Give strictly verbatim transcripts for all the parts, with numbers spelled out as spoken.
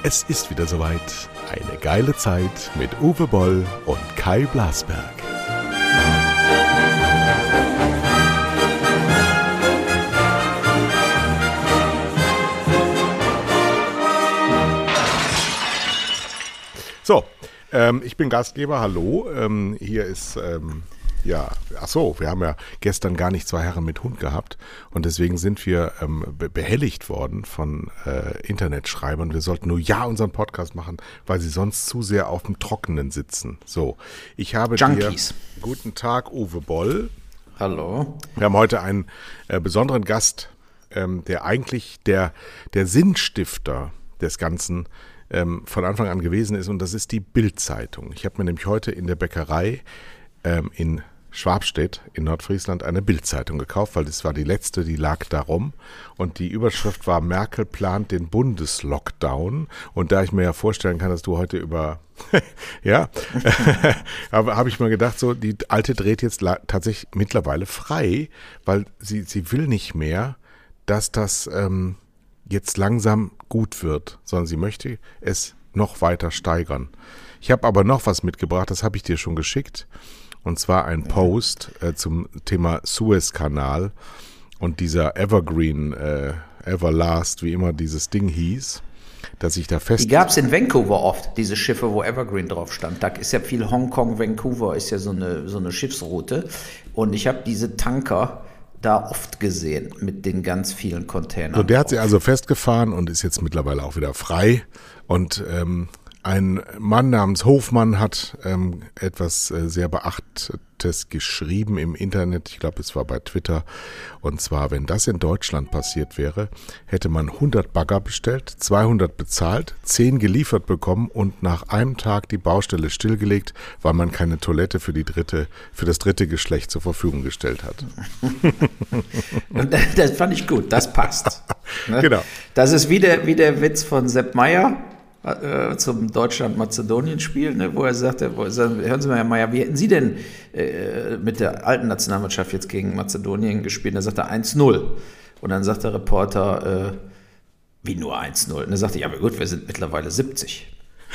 Es ist wieder soweit. Eine geile Zeit mit Uwe Boll und Kai Blasberg. So, ähm, ich bin Gastgeber, hallo. Ähm, hier ist, ähm, ja, ach so, wir haben ja gestern gar nicht zwei Herren mit Hund gehabt und deswegen sind wir ähm, be- behelligt worden von äh, Internetschreibern. Wir sollten nur ja unseren Podcast machen, weil sie sonst zu sehr auf dem Trockenen sitzen. So, ich habe Junkies. dir, guten Tag, Uwe Boll. Hallo. Wir haben heute einen äh, besonderen Gast, ähm, der eigentlich der, der Sinnstifter des Ganzen ähm, von Anfang an gewesen ist, und das ist die Bild-Zeitung. Ich habe mir nämlich heute in der Bäckerei ähm, in Schwabstedt in Nordfriesland eine Bild-Zeitung gekauft, weil das war die letzte, die lag da rum, und die Überschrift war: Merkel plant den Bundeslockdown. Und da ich mir ja vorstellen kann, dass du heute über ja, aber habe ich mir gedacht, so, die Alte dreht jetzt la- tatsächlich mittlerweile frei, weil sie, sie will nicht mehr, dass das ähm, jetzt langsam gut wird, sondern sie möchte es noch weiter steigern. Ich habe aber noch was mitgebracht, das habe ich dir schon geschickt, und zwar ein Post äh, zum Thema Suezkanal und dieser Evergreen, äh, Everlast, wie immer dieses Ding hieß, dass ich da fest... Die gab es in Vancouver oft, diese Schiffe, wo Evergreen drauf stand. Da ist ja viel Hongkong, Vancouver ist ja so eine, so eine Schiffsroute, und ich habe diese Tanker da oft gesehen mit den ganz vielen Containern. So, der hat sie also festgefahren und ist jetzt mittlerweile auch wieder frei. Und ähm, ein Mann namens Hofmann hat ähm, etwas äh, sehr Beachtetes geschrieben im Internet. Ich glaube, es war bei Twitter. Und zwar, wenn das in Deutschland passiert wäre, hätte man hundert Bagger bestellt, zweihundert bezahlt, zehn geliefert bekommen und nach einem Tag die Baustelle stillgelegt, weil man keine Toilette für die dritte, für das dritte Geschlecht zur Verfügung gestellt hat. Und das fand ich gut, das passt. Ne? Genau. Das ist wie der, wie der Witz von Sepp Meier äh, zum Deutschland-Mazedonien-Spiel, ne, wo er sagte, wo er sagte, hören Sie mal, Herr Meier, wie hätten Sie denn äh, mit der alten Nationalmannschaft jetzt gegen Mazedonien gespielt? Und er sagte eins null. Und dann sagt der Reporter, äh, wie nur eins null? Und er sagte, ja, aber gut, wir sind mittlerweile siebzig.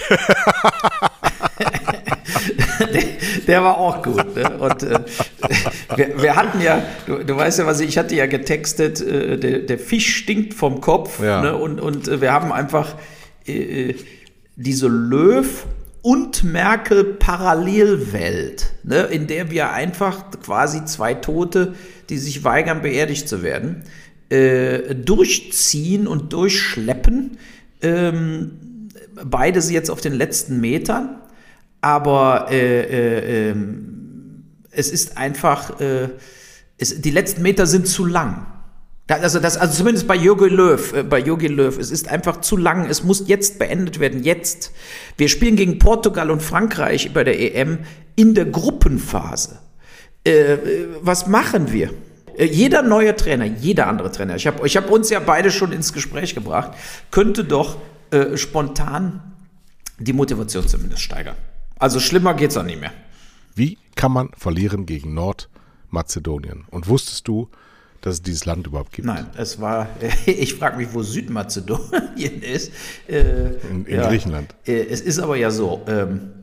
der, der war auch gut. Ne? Und äh, wir, wir hatten ja, du, du weißt ja, was ich, ich hatte ja getextet, äh, der, der Fisch stinkt vom Kopf. Ja. Ne? Und, und äh, wir haben einfach äh, diese Löw- und Merkel-Parallelwelt, ne? In der wir einfach quasi zwei Tote, die sich weigern, beerdigt zu werden, äh, durchziehen und durchschleppen. Ähm, beide sind jetzt auf den letzten Metern. Aber äh, äh, es ist einfach, äh, es, die letzten Meter sind zu lang. Also, das, also zumindest bei Jogi Löw, äh, bei Jogi Löw, es ist einfach zu lang. Es muss jetzt beendet werden, jetzt. Wir spielen gegen Portugal und Frankreich bei der E M in der Gruppenphase. Äh, was machen wir? Äh, jeder neue Trainer, jeder andere Trainer, ich habe ich hab uns ja beide schon ins Gespräch gebracht, könnte doch äh, spontan die Motivation zumindest steigern. Also schlimmer geht's auch nicht mehr. Wie kann man verlieren gegen Nordmazedonien? Und wusstest du, dass es dieses Land überhaupt gibt? Nein, es war, ich frage mich, wo Südmazedonien ist. Äh, in in ja, Griechenland. Äh, es ist aber ja so, ähm,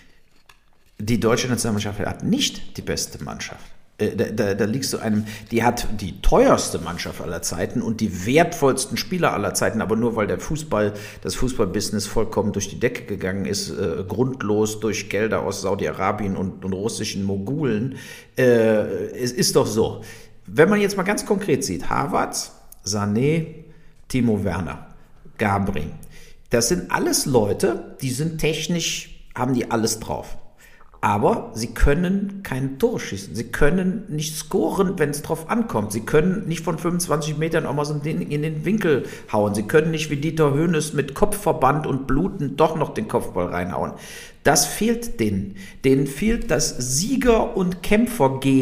die deutsche Nationalmannschaft hat nicht die beste Mannschaft. Äh, da, da, da liegst du einem, die hat die teuerste Mannschaft aller Zeiten und die wertvollsten Spieler aller Zeiten, aber nur weil der Fußball, das Fußballbusiness vollkommen durch die Decke gegangen ist, äh, grundlos durch Gelder aus Saudi-Arabien und, und russischen Mogulen. Äh, es ist doch so. Wenn man jetzt mal ganz konkret sieht, Havertz, Sané, Timo Werner, Gnabry, das sind alles Leute, die sind technisch, haben die alles drauf. Aber sie können kein Tor schießen. Sie können nicht scoren, wenn es drauf ankommt. Sie können nicht von fünfundzwanzig Metern auch mal so ein Ding in den Winkel hauen. Sie können nicht wie Dieter Hoeneß mit Kopfverband und Bluten doch noch den Kopfball reinhauen. Das fehlt denen. Denen fehlt das Sieger- und Kämpfergehen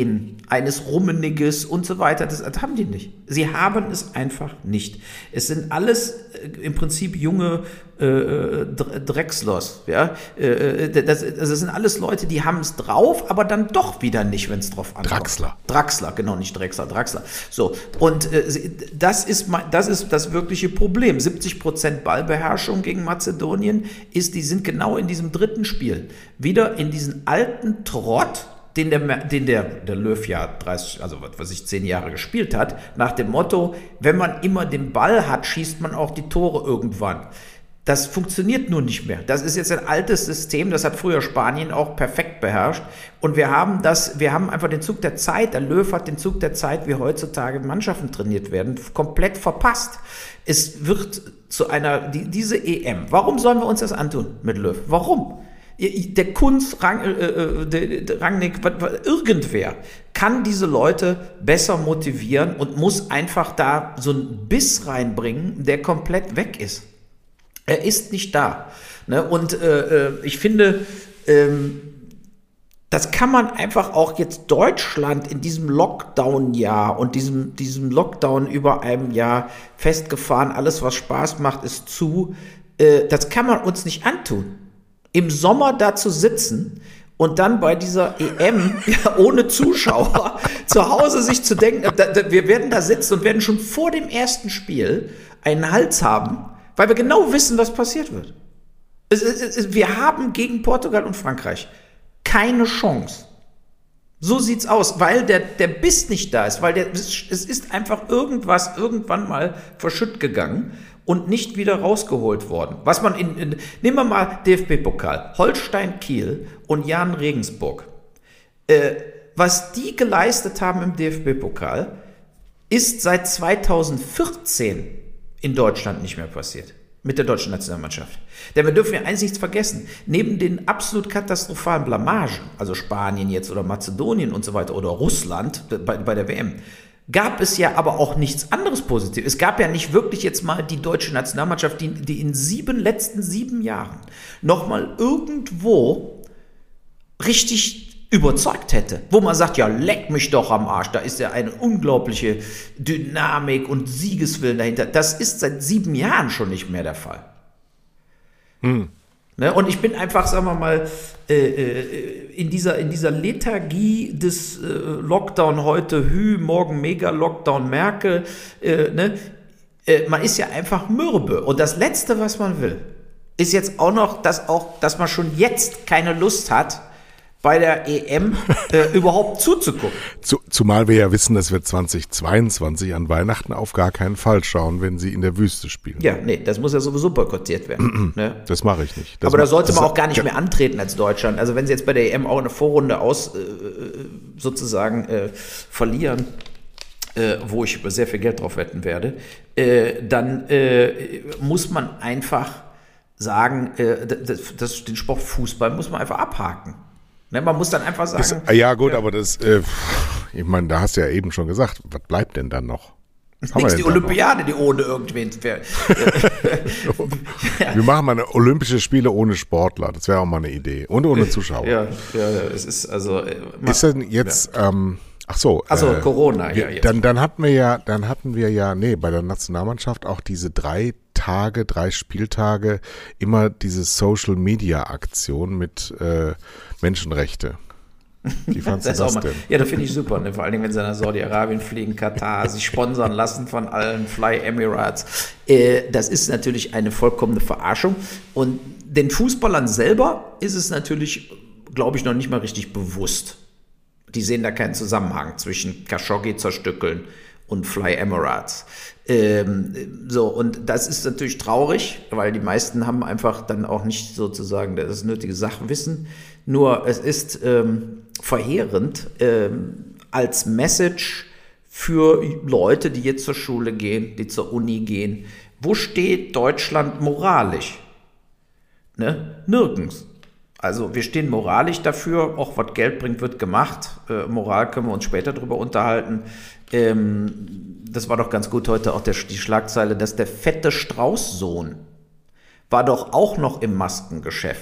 eines Rummeniges und so weiter. Das, das haben die nicht. Sie haben es einfach nicht. Es sind alles äh, im Prinzip junge äh, Drechslers. Ja? Äh, das, das sind alles Leute, die haben es drauf, aber dann doch wieder nicht, wenn es drauf ankommt. Draxler. Draxler, genau, nicht Drechsler, Draxler. So, und äh, das, ist, das ist das wirkliche Problem. siebzig Prozent Ballbeherrschung gegen Mazedonien ist, die sind genau in diesem dritten Spiel wieder in diesen alten Trott, den der, den der, der Löw ja dreißig, also was weiß ich, zehn Jahre gespielt hat, nach dem Motto, wenn man immer den Ball hat, schießt man auch die Tore irgendwann. Das funktioniert nun nicht mehr. Das ist jetzt ein altes System, das hat früher Spanien auch perfekt beherrscht. Und wir haben das, wir haben einfach den Zug der Zeit, der Löw hat den Zug der Zeit, wie heutzutage Mannschaften trainiert werden, komplett verpasst. Es wird zu einer, die, diese E M, warum sollen wir uns das antun mit Löw? Warum? Der Kunz, Rang, äh, der, der Rangnick, irgendwer kann diese Leute besser motivieren und muss einfach da so einen Biss reinbringen, der komplett weg ist. Er ist nicht da. Ne? Und äh, ich finde, ähm, das kann man einfach auch jetzt Deutschland in diesem Lockdown-Jahr und diesem, diesem Lockdown über einem Jahr festgefahren, alles was Spaß macht, ist zu, äh, das kann man uns nicht antun. Im Sommer da zu sitzen und dann bei dieser E M ja, ohne Zuschauer zu Hause sich zu denken, da, da, wir werden da sitzen und werden schon vor dem ersten Spiel einen Hals haben, weil wir genau wissen, was passiert wird. Es, es, es, wir haben gegen Portugal und Frankreich keine Chance. So sieht's aus, weil der, der Biss nicht da ist, weil der, es ist einfach irgendwas irgendwann mal verschütt gegangen und nicht wieder rausgeholt worden. Was man in, in nehmen wir mal D F B-Pokal, Holstein Kiel und Jahn Regensburg. Äh, was die geleistet haben im D F B-Pokal, ist seit zweitausendvierzehn in Deutschland nicht mehr passiert. Mit der deutschen Nationalmannschaft. Denn wir dürfen ja eins nichts vergessen. Neben den absolut katastrophalen Blamagen, also Spanien jetzt oder Mazedonien und so weiter oder Russland bei, bei der W M, gab es ja aber auch nichts anderes Positives. Es gab ja nicht wirklich jetzt mal die deutsche Nationalmannschaft, die, die in sieben letzten sieben Jahren nochmal irgendwo richtig überzeugt hätte, wo man sagt, ja, leck mich doch am Arsch, da ist ja eine unglaubliche Dynamik und Siegeswillen dahinter. Das ist seit sieben Jahren schon nicht mehr der Fall. Hm. Ne? Und ich bin einfach, sagen wir mal, äh, in, dieser, in dieser Lethargie des äh, Lockdown heute Hü, morgen Mega-Lockdown Merkel, äh, ne? äh, man ist ja einfach mürbe. Und das Letzte, was man will, ist jetzt auch noch, dass, auch, dass man schon jetzt keine Lust hat, bei der E M äh, überhaupt zuzugucken. Zu, zumal wir ja wissen, dass wir zweitausendzweiundzwanzig an Weihnachten auf gar keinen Fall schauen, wenn sie in der Wüste spielen. Ja, nee, das muss ja sowieso boykottiert werden. Ne? Das mache ich nicht. Das Aber da sollte man das, auch gar nicht ja. mehr antreten als Deutschland. Also wenn sie jetzt bei der E M auch eine Vorrunde aus äh, sozusagen äh, verlieren, äh, wo ich sehr viel Geld drauf wetten werde, äh, dann äh, muss man einfach sagen, äh, das, das, den Sport Fußball muss man einfach abhaken. Ne, man muss dann einfach sagen. Das, ja gut, ja. aber das, äh, ich meine, da hast du ja eben schon gesagt, was bleibt denn dann noch? Nichts, die Olympiade, die ohne irgendwen. Wir machen mal eine Olympische Spiele ohne Sportler, das wäre auch mal eine Idee. Und ohne Zuschauer. Ja, ja, es ist also. Ist denn jetzt, ja. ähm, ach so. Also äh, Corona, wir, ja. Jetzt. Dann, dann hatten wir ja, dann hatten wir ja, nee, bei der Nationalmannschaft auch diese drei Tage, drei Spieltage, immer diese Social-Media-Aktion mit äh, Menschenrechte. Wie fandst das du das mal, denn? Ja, das finde ich super. Ne? Vor allen Dingen, wenn sie nach Saudi-Arabien fliegen, Katar, sich sponsern lassen von allen Fly Emirates. Äh, das ist natürlich eine vollkommene Verarschung. Und den Fußballern selber ist es natürlich, glaube ich, noch nicht mal richtig bewusst. Die sehen da keinen Zusammenhang zwischen Khashoggi zerstückeln und Fly Emirates. Ähm, so, und das ist natürlich traurig, weil die meisten haben einfach dann auch nicht sozusagen das nötige Sachwissen. Nur es ist ähm, verheerend ähm, als Message für Leute, die jetzt zur Schule gehen, die zur Uni gehen. Wo steht Deutschland moralisch? Ne? Nirgends. Also wir stehen moralisch dafür, auch was Geld bringt, wird gemacht. Äh, Moral können wir uns später drüber unterhalten. Ähm, das war doch ganz gut heute auch der, die Schlagzeile, dass der fette Straußsohn war doch auch noch im Maskengeschäft.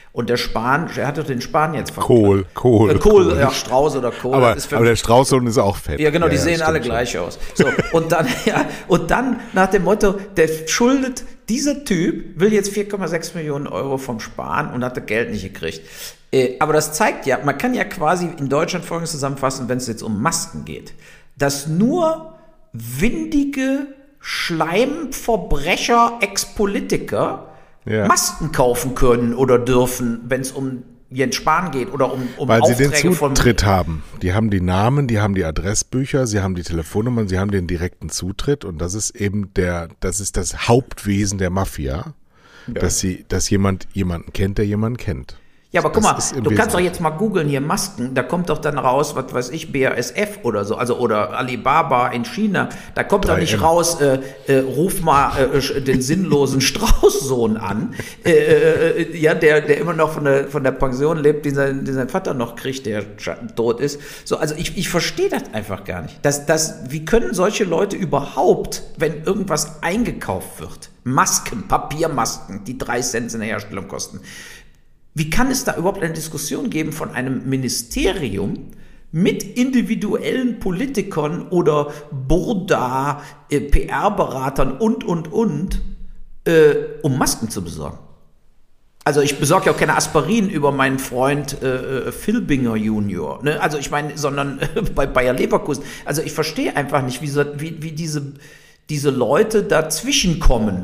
Und der Spahn, er hat doch den Spahn jetzt verklagt. Kohl, Kohl. Äh, Kohl, ja, Strauß oder Kohl. Aber, ist für aber mich, der Straußsohn ist auch fett. Ja, genau, die ja, sehen ja, alle schon. gleich aus. So, und dann, ja, und dann nach dem Motto, der schuldet, dieser Typ will jetzt vier Komma sechs Millionen Euro vom Spahn und hat das Geld nicht gekriegt. Äh, aber das zeigt ja, man kann ja quasi in Deutschland Folgendes zusammenfassen, wenn es jetzt um Masken geht, dass nur windige Schleimverbrecher, Ex-Politiker ja. Masken kaufen können oder dürfen, wenn es um Jens Spahn geht oder um, um Weil Aufträge sie den von... Zutritt haben. Die haben die Namen, die haben die Adressbücher, sie haben die Telefonnummern, sie haben den direkten Zutritt und das ist eben der, das ist das Hauptwesen der Mafia, ja. dass sie, dass jemand jemanden kennt, der jemanden kennt. Ja, aber guck das mal, du kannst doch jetzt mal googeln hier Masken, da kommt doch dann raus, was weiß ich, B A S F oder so, also oder Alibaba in China, da kommt doch nicht raus, äh, äh, ruf mal äh, den sinnlosen Straußsohn an, äh, äh, ja, der, der immer noch von der, von der Pension lebt, den sein, den sein Vater noch kriegt, der tot ist. So, also ich, ich verstehe das einfach gar nicht. Das, das, wie können solche Leute überhaupt, wenn irgendwas eingekauft wird, Masken, Papiermasken, die drei Cent in der Herstellung kosten, wie kann es da überhaupt eine Diskussion geben von einem Ministerium mit individuellen Politikern oder Burda, äh, P R-Beratern und, und, und, äh, um Masken zu besorgen? Also ich besorge ja auch keine Aspirin über meinen Freund äh, Filbinger Junior, ne? Also ich meine, sondern äh, bei Bayer Leverkusen. Also ich verstehe einfach nicht, wie, so, wie, wie diese, diese Leute dazwischen kommen.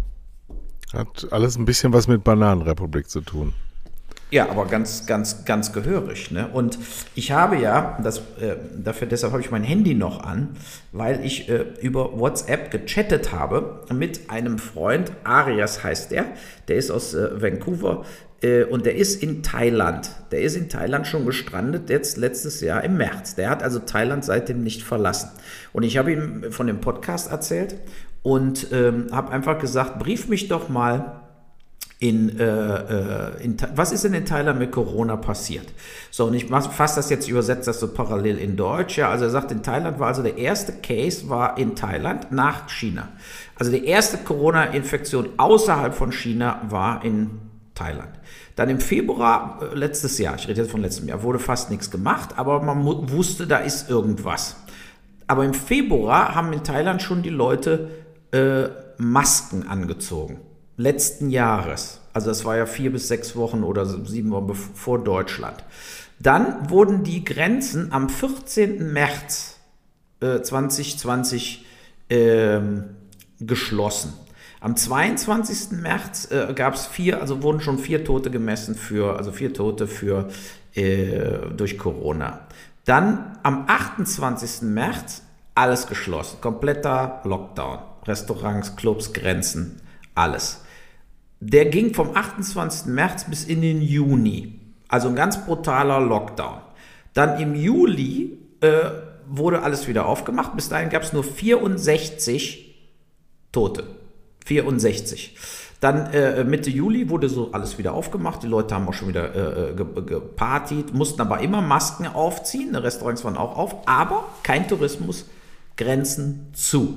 Hat alles ein bisschen was mit Bananenrepublik zu tun. Ja, aber ganz, ganz, ganz gehörig. Ne? Und ich habe ja, das, äh, dafür, deshalb habe ich mein Handy noch an, weil ich äh, über WhatsApp gechattet habe mit einem Freund, Arias heißt der, der ist aus äh, Vancouver äh, und der ist in Thailand. Der ist in Thailand schon gestrandet, jetzt letztes Jahr im März. Der hat also Thailand seitdem nicht verlassen. Und ich habe ihm von dem Podcast erzählt und ähm, habe einfach gesagt, brief mich doch mal, In, äh, in, was ist denn in Thailand mit Corona passiert? So, und ich fasse das jetzt, übersetze das so parallel in Deutsch. Ja, also er sagt, in Thailand war also der erste Case war in Thailand nach China. Also die erste Corona-Infektion außerhalb von China war in Thailand. Dann im Februar äh, letztes Jahr, ich rede jetzt von letztem Jahr, wurde fast nichts gemacht, aber man wusste, da ist irgendwas. Aber im Februar haben in Thailand schon die Leute äh, Masken angezogen. Letzten Jahres, also das war ja vier bis sechs Wochen oder sieben Wochen vor Deutschland. Dann wurden die Grenzen am vierzehnten März äh, zwanzig zwanzig äh, geschlossen. Am zweiundzwanzigsten März äh, gab es vier, also wurden schon vier Tote gemessen für, also vier Tote für äh, durch Corona. Dann am achtundzwanzigsten März alles geschlossen, kompletter Lockdown, Restaurants, Clubs, Grenzen. Alles. Der ging vom achtundzwanzigsten März bis in den Juni. Also ein ganz brutaler Lockdown. Dann im Juli äh, wurde alles wieder aufgemacht. Bis dahin gab es nur vierundsechzig Tote. vierundsechzig. Dann äh, Mitte Juli wurde so alles wieder aufgemacht. Die Leute haben auch schon wieder äh, gepartied, mussten aber immer Masken aufziehen. Die Restaurants waren auch auf, aber kein Tourismus, Grenzen zu.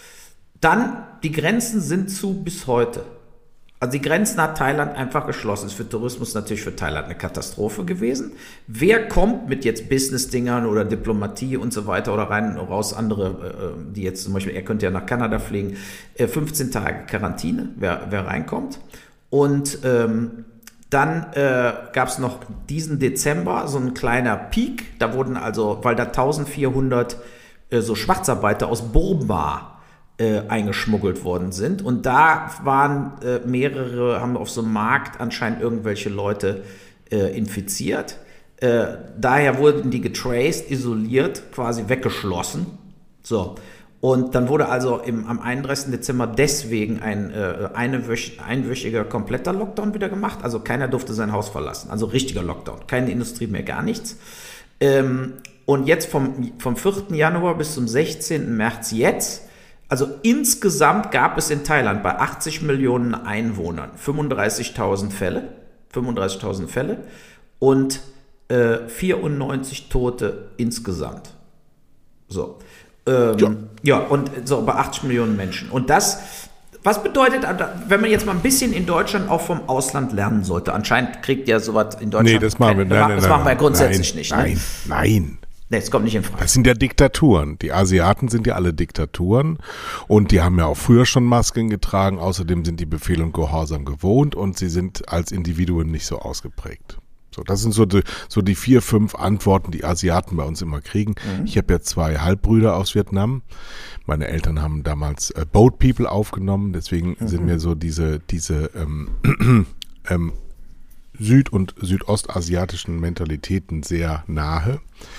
Dann, die Grenzen sind zu bis heute. Also die Grenzen hat Thailand einfach geschlossen. Ist für Tourismus natürlich für Thailand eine Katastrophe gewesen. Wer kommt mit jetzt Business-Dingern oder Diplomatie und so weiter oder rein und raus, andere, die jetzt zum Beispiel, er könnte ja nach Kanada fliegen, fünfzehn Tage Quarantäne, wer, wer reinkommt. Und ähm, dann äh, gab es noch diesen Dezember so ein kleiner Peak. Da wurden also, weil da eintausendvierhundert äh, so Schwarzarbeiter aus Burma Äh, eingeschmuggelt worden sind. Und da waren äh, mehrere, haben auf so einem Markt anscheinend irgendwelche Leute äh, infiziert. Äh, daher wurden die getraced, isoliert, quasi weggeschlossen. So. Und dann wurde also im, am einunddreißigsten Dezember deswegen ein äh, einewöch, einwöchiger kompletter Lockdown wieder gemacht. Also keiner durfte sein Haus verlassen. Also richtiger Lockdown. Keine Industrie mehr, gar nichts. Ähm, und jetzt vom, vom vierten Januar bis zum sechzehnten März jetzt. Also insgesamt gab es in Thailand bei achtzig Millionen Einwohnern fünfunddreißigtausend Fälle, fünfunddreißigtausend Fälle und äh, vierundneunzig Tote insgesamt. So. Ähm, ja. ja, und so bei achtzig Millionen Menschen. Und das, Was bedeutet, wenn man jetzt mal ein bisschen in Deutschland auch vom Ausland lernen sollte? Anscheinend kriegt ja sowas in Deutschland. Nee, das machen wir, nein, das nein, machen nein, wir ja grundsätzlich nein, nicht. Nein, Ne? nein. Nee, es kommt nicht in Frage. Das sind ja Diktaturen. Die Asiaten sind ja alle Diktaturen und die haben ja auch früher schon Masken getragen. Außerdem sind die Befehl und Gehorsam gewohnt und sie sind als Individuen nicht so ausgeprägt. So, das sind so die, so die vier, fünf Antworten, die Asiaten bei uns immer kriegen. Mhm. Ich habe ja zwei Halbbrüder aus Vietnam. Meine Eltern haben damals äh, Boat People aufgenommen, deswegen mhm. sind mir so diese diese ähm, ähm, süd- und südostasiatischen Mentalitäten sehr nahe.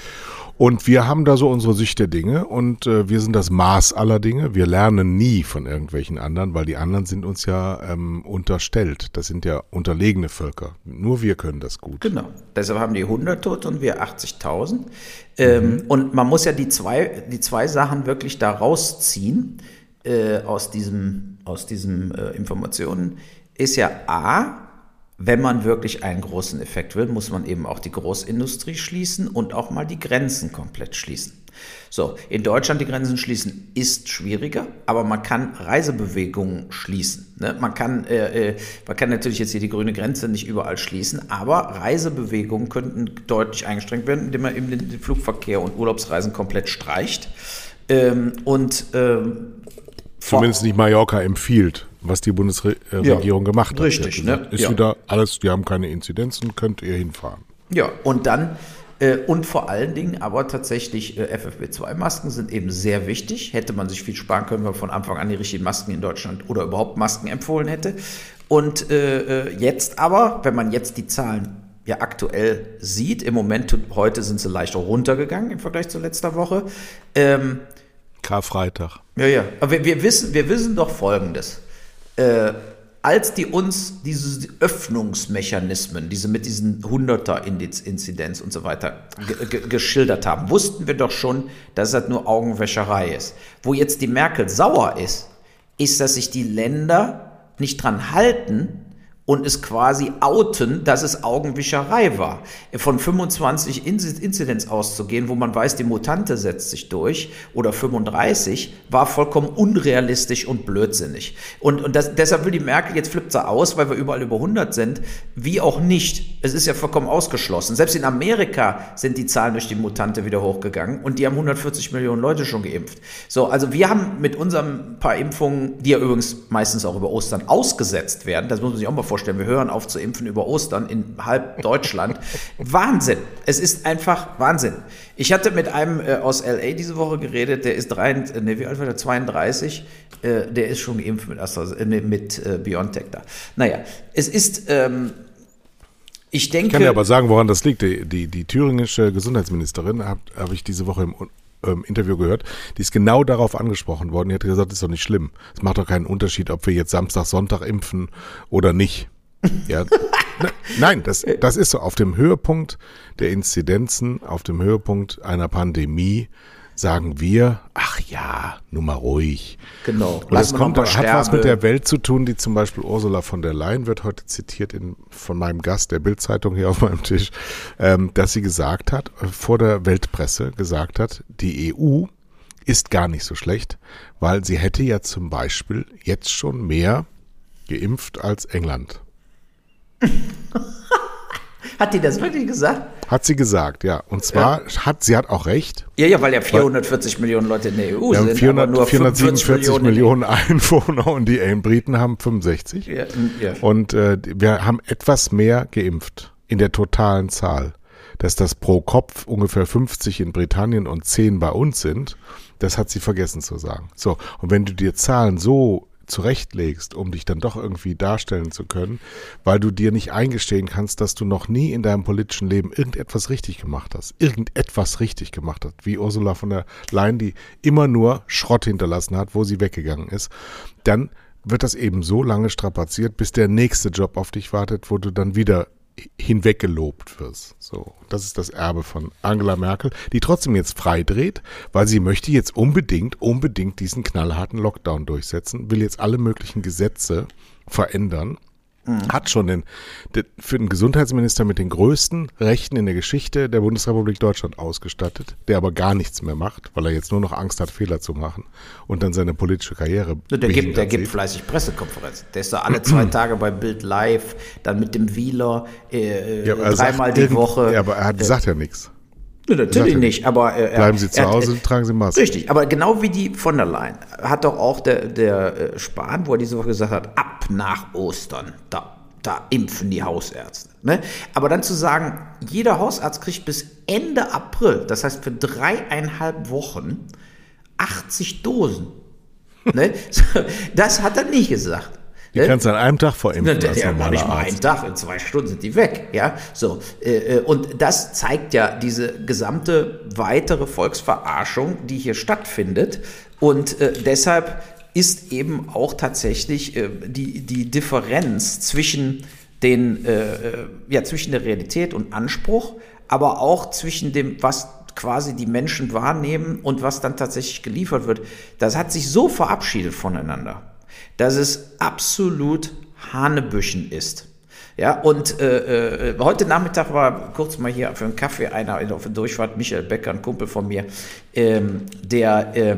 Und wir haben da so unsere Sicht der Dinge und äh, wir sind das Maß aller Dinge. Wir lernen nie von irgendwelchen anderen, weil die anderen sind uns ja ähm, unterstellt. Das sind ja unterlegene Völker. Nur wir können das gut. Genau. Deshalb haben die hundert Tote und wir achtzigtausend. Ähm, mhm. Und man muss ja die zwei, die zwei Sachen wirklich da rausziehen äh, aus diesem, aus diesem äh, Informationen. Ist ja A, wenn man wirklich einen großen Effekt will, muss man eben auch die Großindustrie schließen und auch mal die Grenzen komplett schließen. So, in Deutschland die Grenzen schließen ist schwieriger, aber man kann Reisebewegungen schließen. Ne? Man kann, äh, man kann natürlich jetzt hier die grüne Grenze nicht überall schließen, aber Reisebewegungen könnten deutlich eingeschränkt werden, indem man eben den Flugverkehr und Urlaubsreisen komplett streicht. Ähm, und ähm, Zumindest nicht Mallorca empfiehlt, was die Bundesregierung ja, gemacht hat. Richtig, gesagt, ne? Ist ja. wieder alles, die haben keine Inzidenzen, könnt ihr hinfahren. Ja, und dann, äh, und vor allen Dingen aber tatsächlich äh, F F P zwei Masken sind eben sehr wichtig. Hätte man sich viel sparen können, wenn man von Anfang an die richtigen Masken in Deutschland oder überhaupt Masken empfohlen hätte. Und äh, jetzt aber, wenn man jetzt die Zahlen ja aktuell sieht, im Moment, heute sind sie leicht runtergegangen im Vergleich zu letzter Woche, ähm, Karfreitag. Ja, ja. Aber wir, wir, wissen, wir wissen doch Folgendes. Äh, als die uns diese Öffnungsmechanismen, diese mit diesen Hunderter-Inzidenz und so weiter ge- ge- geschildert haben, wussten wir doch schon, dass das nur Augenwäscherei ist. Wo jetzt die Merkel sauer ist, ist, dass sich die Länder nicht dran halten und es quasi outen, dass es Augenwischerei war. Von fünfundzwanzig Inzidenz auszugehen, wo man weiß, die Mutante setzt sich durch, oder fünfunddreißig, war vollkommen unrealistisch und blödsinnig. Und, und das, deshalb will die Merkel, jetzt flippt sie aus, weil wir überall über hundert sind, wie auch nicht. Es ist ja vollkommen ausgeschlossen. Selbst in Amerika sind die Zahlen durch die Mutante wieder hochgegangen und die haben hundertvierzig Millionen Leute schon geimpft. So, also wir haben mit unseren paar Impfungen, die ja übrigens meistens auch über Ostern ausgesetzt werden, das muss man sich auch mal vorstellen, wir hören auf zu impfen über Ostern in halb Deutschland. Wahnsinn. Es ist einfach Wahnsinn. Ich hatte mit einem äh, aus L A diese Woche geredet, der ist drei, nee, wie alt war der? zweiunddreißig. Äh, der ist schon geimpft mit, Astra, äh, mit äh, BioNTech da. Naja, es ist, ähm, ich denke... Ich kann dir aber sagen, woran das liegt. Die, die, die thüringische Gesundheitsministerin, habe hab ich diese Woche im ähm, Interview gehört, die ist genau darauf angesprochen worden. Die hat gesagt, das ist doch nicht schlimm. Es macht doch keinen Unterschied, ob wir jetzt Samstag, Sonntag impfen oder nicht. Ja, nein, das, das ist so. Auf dem Höhepunkt der Inzidenzen, auf dem Höhepunkt einer Pandemie sagen wir, ach ja, nur mal ruhig. Genau. Und das kommt, hat was mit der Welt zu tun, die zum Beispiel Ursula von der Leyen wird heute zitiert in, von meinem Gast der Bild-Zeitung hier auf meinem Tisch, ähm, dass sie gesagt hat, vor der Weltpresse gesagt hat, die E U ist gar nicht so schlecht, weil sie hätte ja zum Beispiel jetzt schon mehr geimpft als England. Hat die das wirklich gesagt? Hat sie gesagt, ja. Und zwar ja. hat sie hat auch recht. Ja, ja, weil ja vierhundertvierzig Millionen Leute in der E U wir sind. Haben vierhundert, aber nur vierhundertsiebenundvierzig Millionen Einwohner und die Briten haben fünfundsechzig. Ja, ja. Und äh, wir haben etwas mehr geimpft in der totalen Zahl. Dass das pro Kopf ungefähr fünfzig in Britannien und zehn bei uns sind, das hat sie vergessen zu sagen. So, und wenn du dir Zahlen so zurechtlegst, um dich dann doch irgendwie darstellen zu können, weil du dir nicht eingestehen kannst, dass du noch nie in deinem politischen Leben irgendetwas richtig gemacht hast, irgendetwas richtig gemacht hast, wie Ursula von der Leyen, die immer nur Schrott hinterlassen hat, wo sie weggegangen ist, dann wird das eben so lange strapaziert, bis der nächste Job auf dich wartet, wo du dann wieder hinweggelobt wirst. So, das ist das Erbe von Angela Merkel, die trotzdem jetzt freidreht, weil sie möchte jetzt unbedingt, unbedingt diesen knallharten Lockdown durchsetzen, will jetzt alle möglichen Gesetze verändern mhm. hat schon den, den, für den Gesundheitsminister mit den größten Rechten in der Geschichte der Bundesrepublik Deutschland ausgestattet, der aber gar nichts mehr macht, weil er jetzt nur noch Angst hat, Fehler zu machen und dann seine politische Karriere Der gibt, der gibt fleißig Pressekonferenzen. Der ist da alle zwei Tage bei Bild Live, dann mit dem Wieler, äh, ja, dreimal die Woche. Ja, aber er hat, sagt ja nichts. Ja, natürlich nicht, aber äh, bleiben Sie zu er, Hause, er, tragen Sie Maske. Richtig, aber genau wie die von der Leyen hat doch auch der, der Spahn, wo er diese Woche gesagt hat, ab nach Ostern, da, da impfen die Hausärzte. Ne? Aber dann zu sagen, jeder Hausarzt kriegt bis Ende April, das heißt für dreieinhalb Wochen, achtzig Dosen. Ne? Das hat er nicht gesagt. Die ne? kannst du an einem Tag verimpfen. Ja, ja, gar nicht mal einen Tag, in zwei Stunden sind die weg. Ja, so. Äh, und das zeigt ja diese gesamte weitere Volksverarschung, die hier stattfindet. Und äh, deshalb ist eben auch tatsächlich äh, die, die Differenz zwischen, den, äh, ja, zwischen der Realität und Anspruch, aber auch zwischen dem, was quasi die Menschen wahrnehmen und was dann tatsächlich geliefert wird. Das hat sich so verabschiedet voneinander, dass es absolut Hanebüchen ist. Ja, und äh, äh, heute Nachmittag war kurz mal hier für einen Kaffee einer auf der Durchfahrt, Michael Becker, ein Kumpel von mir, ähm, der, äh,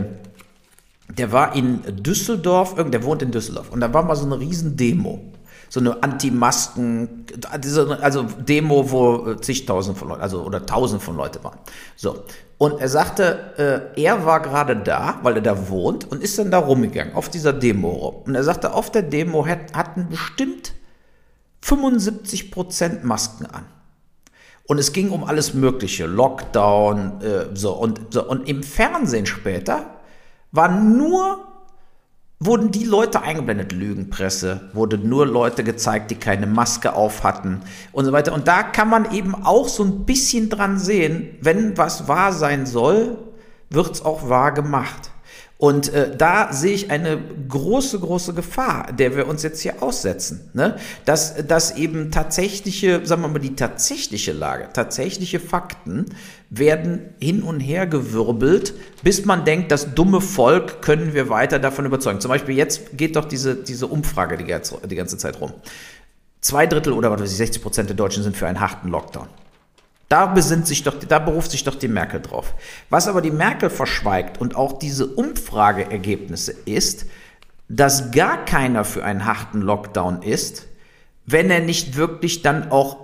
der war in Düsseldorf, der wohnt in Düsseldorf, und da war mal so eine Riesendemo. So eine Anti-Masken, also Demo, wo zigtausend von Leuten, also oder tausend von Leuten waren. So. Und er sagte, äh, er war gerade da, weil er da wohnt, und ist dann da rumgegangen, auf dieser Demo rum. Und er sagte, auf der Demo hat, hatten bestimmt fünfundsiebzig Prozent Masken an. Und es ging um alles Mögliche, Lockdown, äh, so, und, so. Und im Fernsehen später waren nur wurden die Leute eingeblendet, Lügenpresse, wurde nur Leute gezeigt, die keine Maske auf hatten und so weiter. Und da kann man eben auch so ein bisschen dran sehen, wenn was wahr sein soll, wird es auch wahr gemacht. Und äh, da sehe ich eine große, große Gefahr, der wir uns jetzt hier aussetzen. Ne? Dass, dass eben tatsächliche, sagen wir mal, die tatsächliche Lage, tatsächliche Fakten werden hin und her gewirbelt, bis man denkt, das dumme Volk können wir weiter davon überzeugen. Zum Beispiel jetzt geht doch diese, diese Umfrage die ganze, die ganze Zeit rum. Zwei Drittel oder was weiß ich, sechzig Prozent der Deutschen sind für einen harten Lockdown. Da besinnt sich doch, da beruft sich doch die Merkel drauf. Was aber die Merkel verschweigt und auch diese Umfrageergebnisse ist, dass gar keiner für einen harten Lockdown ist, wenn er nicht wirklich dann auch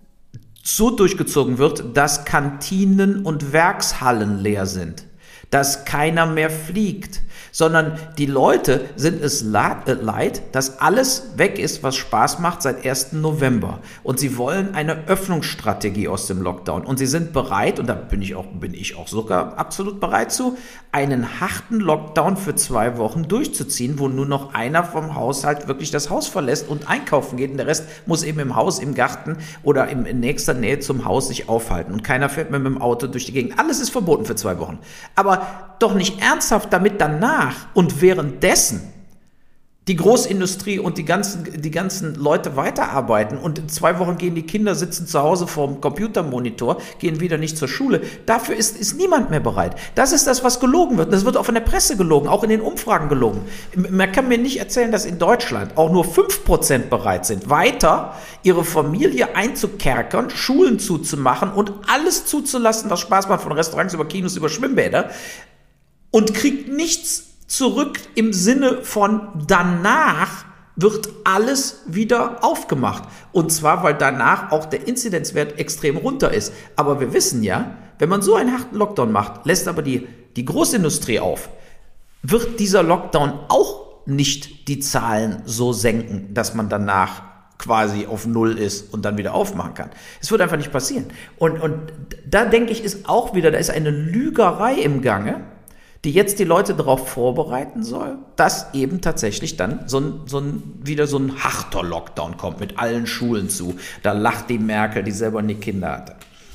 so durchgezogen wird, dass Kantinen und Werkshallen leer sind, dass keiner mehr fliegt, sondern die Leute sind es leid, dass alles weg ist, was Spaß macht seit ersten November. Und sie wollen eine Öffnungsstrategie aus dem Lockdown. Und sie sind bereit, und da bin ich auch, bin ich auch sogar absolut bereit zu, einen harten Lockdown für zwei Wochen durchzuziehen, wo nur noch einer vom Haushalt wirklich das Haus verlässt und einkaufen geht. Und der Rest muss eben im Haus, im Garten oder in nächster Nähe zum Haus sich aufhalten. Und keiner fährt mehr mit dem Auto durch die Gegend. Alles ist verboten für zwei Wochen. Aber doch nicht ernsthaft, damit danach und währenddessen die Großindustrie und die ganzen, die ganzen Leute weiterarbeiten und in zwei Wochen gehen die Kinder, sitzen zu Hause vorm Computermonitor, gehen wieder nicht zur Schule. Dafür ist, ist niemand mehr bereit. Das ist das, was gelogen wird. Das wird auch von der Presse gelogen, auch in den Umfragen gelogen. Man kann mir nicht erzählen, dass in Deutschland auch nur fünf Prozent bereit sind, weiter ihre Familie einzukerkern, Schulen zuzumachen und alles zuzulassen, was Spaß macht, von Restaurants über Kinos über Schwimmbäder, und kriegt nichts zurück im Sinne von danach wird alles wieder aufgemacht. Und zwar, weil danach auch der Inzidenzwert extrem runter ist. Aber wir wissen ja, wenn man so einen harten Lockdown macht, lässt aber die, die Großindustrie auf, wird dieser Lockdown auch nicht die Zahlen so senken, dass man danach quasi auf Null ist und dann wieder aufmachen kann. Es wird einfach nicht passieren. Und, und da denke ich, ist auch wieder, da ist eine Lügerei im Gange, die jetzt die Leute darauf vorbereiten soll, dass eben tatsächlich dann so ein, so ein, wieder so ein harter Lockdown kommt mit allen Schulen zu. Da lacht die Merkel, die selber nie Kinder hatte.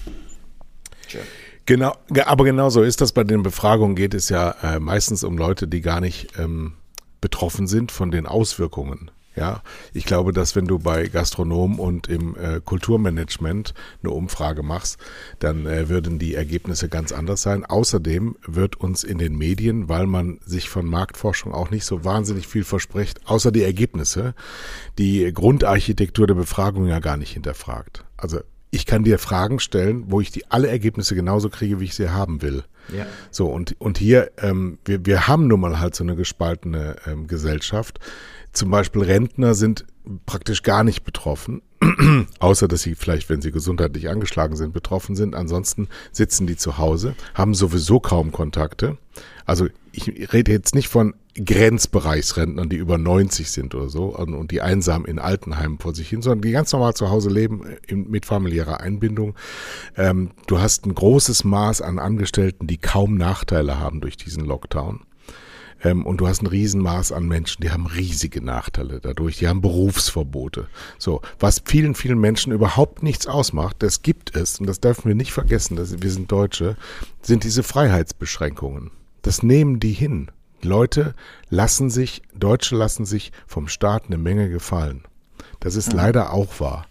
Tschö. Genau, aber genau so ist das. Bei den Befragungen geht es ja äh, meistens um Leute, die gar nicht ähm, betroffen sind von den Auswirkungen Ja, ich glaube, dass wenn du bei Gastronomen und im äh, Kulturmanagement eine Umfrage machst, dann äh, würden die Ergebnisse ganz anders sein. Außerdem wird uns in den Medien, weil man sich von Marktforschung auch nicht so wahnsinnig viel verspricht, außer die Ergebnisse, die Grundarchitektur der Befragung ja gar nicht hinterfragt. Also ich kann dir Fragen stellen, wo ich die alle Ergebnisse genauso kriege, wie ich sie haben will. Ja. So, und, und hier, ähm, wir, wir haben nun mal halt so eine gespaltene ähm, Gesellschaft. Zum Beispiel Rentner sind praktisch gar nicht betroffen, außer dass sie vielleicht, wenn sie gesundheitlich angeschlagen sind, betroffen sind. Ansonsten sitzen die zu Hause, haben sowieso kaum Kontakte. Also ich rede jetzt nicht von Grenzbereichsrentnern, die über neunzig sind oder so und, und die einsam in Altenheimen vor sich hin, sondern die ganz normal zu Hause leben in, mit familiärer Einbindung. Ähm, du hast ein großes Maß an Angestellten, die kaum Nachteile haben durch diesen Lockdown. Ähm, und du hast ein Riesenmaß an Menschen, die haben riesige Nachteile dadurch, die haben Berufsverbote. So, was vielen, vielen Menschen überhaupt nichts ausmacht, das gibt es, und das dürfen wir nicht vergessen, dass wir sind Deutsche, sind diese Freiheitsbeschränkungen. Das nehmen die hin. Leute lassen sich, Deutsche lassen sich vom Staat eine Menge gefallen. Das ist mhm. leider auch wahr.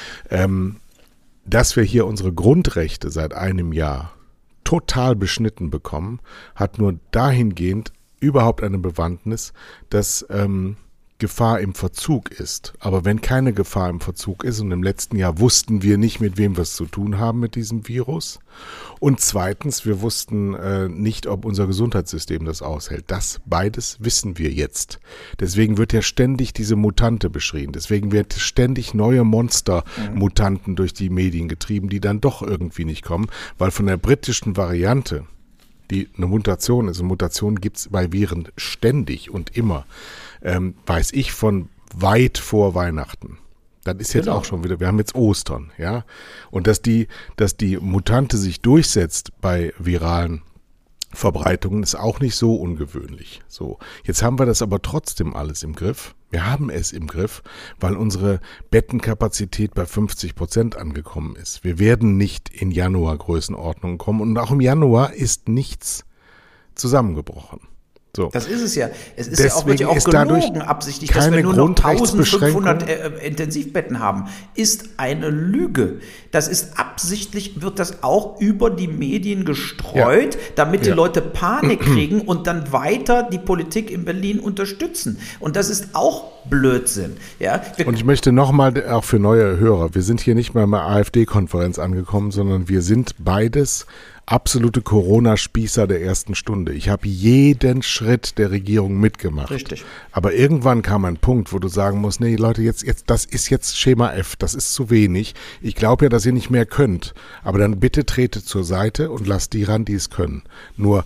Ähm, dass wir hier unsere Grundrechte seit einem Jahr total beschnitten bekommen, hat nur dahingehend überhaupt eine Bewandtnis, dass ähm, Gefahr im Verzug ist. Aber wenn keine Gefahr im Verzug ist, und im letzten Jahr wussten wir nicht, mit wem wir es zu tun haben mit diesem Virus. Und zweitens, wir wussten äh, nicht, ob unser Gesundheitssystem das aushält. Das beides wissen wir jetzt. Deswegen wird ja ständig diese Mutante beschrien. Deswegen wird ständig neue Monster-Mutanten durch die Medien getrieben, die dann doch irgendwie nicht kommen, weil von der britischen Variante, die eine Mutation ist, eine Mutation gibt es bei Viren ständig und immer, ähm, weiß ich von weit vor Weihnachten. Das ist jetzt genau. auch schon wieder, wir haben jetzt Ostern, ja. Und dass die, dass die Mutante sich durchsetzt bei viralen Verbreitungen, ist auch nicht so ungewöhnlich. So, jetzt haben wir das aber trotzdem alles im Griff. Wir haben es im Griff, weil unsere Bettenkapazität bei fünfzig Prozent angekommen ist. Wir werden nicht in Januar Größenordnungen kommen und auch im Januar ist nichts zusammengebrochen. So. Das ist es ja. Es ist ja auch, wird ja auch gelogen, absichtlich, dass wir nur noch eintausendfünfhundert äh, Intensivbetten haben. Ist eine Lüge. Das ist absichtlich, wird das auch über die Medien gestreut, ja. damit die ja. Leute Panik kriegen und dann weiter die Politik in Berlin unterstützen. Und das ist auch Blödsinn. Ja? Und ich möchte nochmal, auch für neue Hörer, wir sind hier nicht mal in der AfD-Konferenz angekommen, sondern wir sind beides absolute Corona-Spießer der ersten Stunde. Ich habe jeden Schritt der Regierung mitgemacht. Richtig. Aber irgendwann kam ein Punkt, wo du sagen musst, nee Leute, jetzt, jetzt, das ist jetzt Schema F, das ist zu wenig. Ich glaube ja, dass ihr nicht mehr könnt. Aber dann bitte tretet zur Seite und lasst die ran, die es können. Nur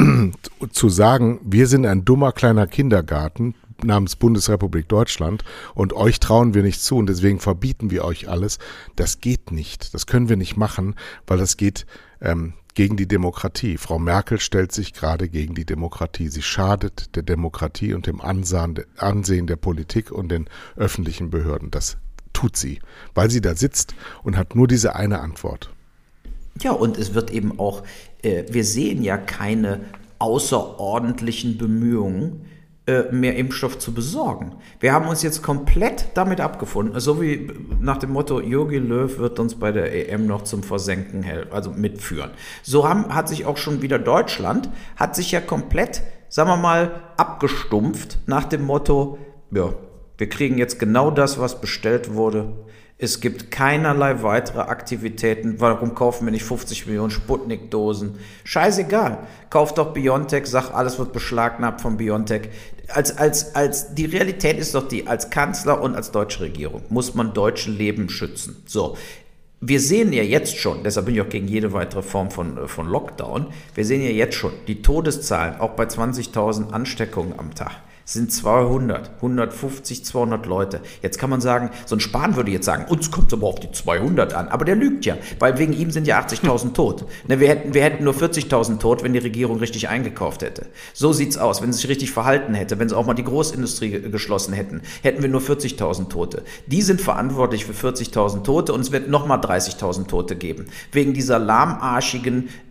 zu sagen, wir sind ein dummer kleiner Kindergarten namens Bundesrepublik Deutschland und euch trauen wir nicht zu und deswegen verbieten wir euch alles, das geht nicht. Das können wir nicht machen, weil das geht ähm, gegen die Demokratie. Frau Merkel stellt sich gerade gegen die Demokratie. Sie schadet der Demokratie und dem Ansehen der Politik und den öffentlichen Behörden. Das tut sie, weil sie da sitzt und hat nur diese eine Antwort. Ja, und es wird eben auch, äh, wir sehen ja keine außerordentlichen Bemühungen, mehr Impfstoff zu besorgen. Wir haben uns jetzt komplett damit abgefunden, so wie nach dem Motto, Jogi Löw wird uns bei der E M noch zum Versenken helfen, also mitführen. So haben, hat sich auch schon wieder Deutschland, hat sich ja komplett, sagen wir mal, abgestumpft nach dem Motto, ja, wir kriegen jetzt genau das, was bestellt wurde. Es gibt keinerlei weitere Aktivitäten. Warum kaufen wir nicht fünfzig Millionen Sputnik-Dosen? Scheißegal. Kauft doch BioNTech, sag, alles wird beschlagnahmt von BioNTech. Als, als, als, die Realität ist doch die, als Kanzler und als deutsche Regierung muss man deutsche Leben schützen. So. Wir sehen ja jetzt schon, deshalb bin ich auch gegen jede weitere Form von, von Lockdown, wir sehen ja jetzt schon, die Todeszahlen, auch bei zwanzigtausend Ansteckungen am Tag, sind zweihundert, hundertfünfzig, zweihundert Leute. Jetzt kann man sagen, so ein Spahn würde jetzt sagen, uns kommt es aber auf die zweihundert an. Aber der lügt ja, weil wegen ihm sind ja achtzigtausend tot. Ne, wir hätten, wir hätten nur vierzigtausend tot, wenn die Regierung richtig eingekauft hätte. So sieht's aus, wenn sie sich richtig verhalten hätte, wenn sie auch mal die Großindustrie geschlossen hätten, hätten wir nur vierzigtausend Tote. Die sind verantwortlich für vierzigtausend Tote und es wird nochmal dreißigtausend Tote geben. Wegen dieser lahmarschigen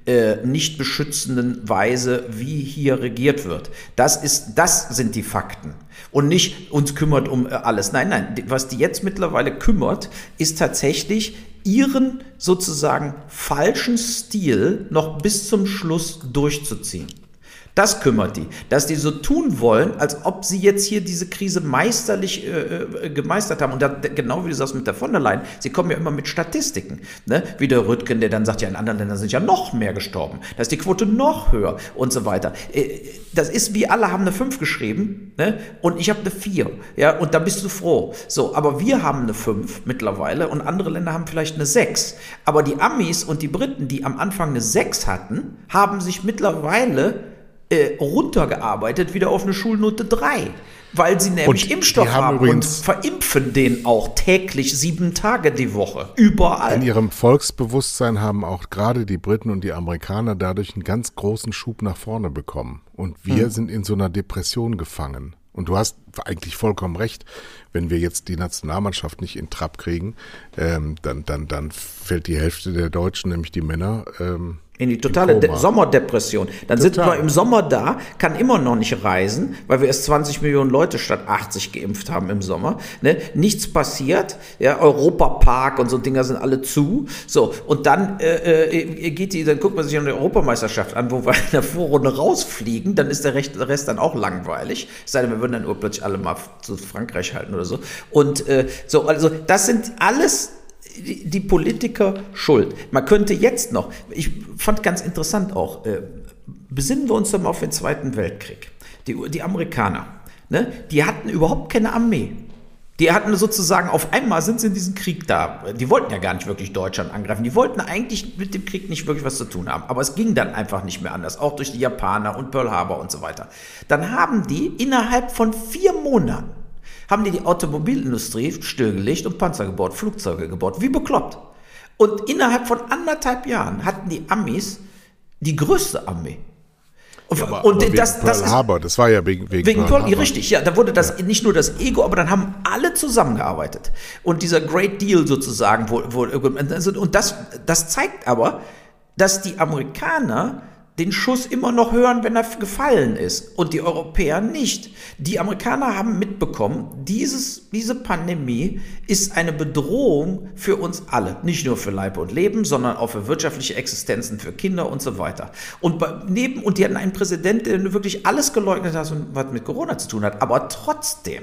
äh, nicht beschützenden Weise, wie hier regiert wird. Das ist, das sind die Fakten. Und nicht uns kümmert um alles. Nein, nein, was die jetzt mittlerweile kümmert, ist tatsächlich ihren sozusagen falschen Stil noch bis zum Schluss durchzuziehen. Das kümmert die, dass die so tun wollen, als ob sie jetzt hier diese Krise meisterlich äh, gemeistert haben. Und da, genau wie du sagst mit der von der Leyen, sie kommen ja immer mit Statistiken. Ne? Wie der Rüttgen, der dann sagt, ja, in anderen Ländern sind ja noch mehr gestorben. Da ist die Quote noch höher und so weiter. Äh, das ist wie alle haben eine fünf geschrieben, ne? Und ich habe eine vier. Ja? Und da bist du froh. So, aber wir haben eine fünf mittlerweile und andere Länder haben vielleicht eine sechs. Aber die Amis und die Briten, die am Anfang eine sechs hatten, haben sich mittlerweile Äh, runtergearbeitet, wieder auf eine Schulnote drei, weil sie nämlich und Impfstoff haben, haben und verimpfen den auch täglich sieben Tage die Woche, überall. In ihrem Volksbewusstsein haben auch gerade die Briten und die Amerikaner dadurch einen ganz großen Schub nach vorne bekommen. Und wir hm. sind in so einer Depression gefangen. Und du hast eigentlich vollkommen recht, wenn wir jetzt die Nationalmannschaft nicht in Trab kriegen, ähm, dann, dann, dann fällt die Hälfte der Deutschen, nämlich die Männer, ähm, in die totale De- Sommerdepression. Dann Total. Sitzen wir im Sommer da, kann immer noch nicht reisen, weil wir erst zwanzig Millionen Leute statt achtzig geimpft haben im Sommer. Ne? Nichts passiert. Ja, Europapark und so Dinger sind alle zu. So, und dann äh, äh, geht die, dann guckt man sich eine Europameisterschaft an, wo wir in der Vorrunde rausfliegen, dann ist der Rest dann auch langweilig. Es sei denn, wir würden dann urplötzlich alle mal zu Frankreich halten oder so. Und äh, so, also das sind alles die Politiker schuld. Man könnte jetzt noch, ich fand ganz interessant auch, äh, besinnen wir uns doch mal auf den Zweiten Weltkrieg. Die, die Amerikaner, ne, die hatten überhaupt keine Armee. Die hatten sozusagen, auf einmal sind sie in diesem Krieg da. Die wollten ja gar nicht wirklich Deutschland angreifen. Die wollten eigentlich mit dem Krieg nicht wirklich was zu tun haben. Aber es ging dann einfach nicht mehr anders, auch durch die Japaner und Pearl Harbor und so weiter. Dann haben die innerhalb von vier Monaten haben die die Automobilindustrie stillgelegt und Panzer gebaut, Flugzeuge gebaut, wie bekloppt. Und innerhalb von anderthalb Jahren hatten die Amis die größte Armee. Und, ja, aber, und aber das, wegen das Pearl Harbor, das war ja wegen, wegen, wegen Pearl Harbor. Richtig, ja, da wurde das ja. nicht nur das Ego, aber dann haben alle zusammengearbeitet. Und dieser Great Deal sozusagen, wo, wo, und das, das zeigt aber, dass die Amerikaner den Schuss immer noch hören, wenn er gefallen ist und die Europäer nicht. Die Amerikaner haben mitbekommen, dieses, diese Pandemie ist eine Bedrohung für uns alle. Nicht nur für Leib und Leben, sondern auch für wirtschaftliche Existenzen, für Kinder und so weiter. Und, bei, neben, und die hatten einen Präsidenten, der wirklich alles geleugnet hat, was mit Corona zu tun hat. Aber trotzdem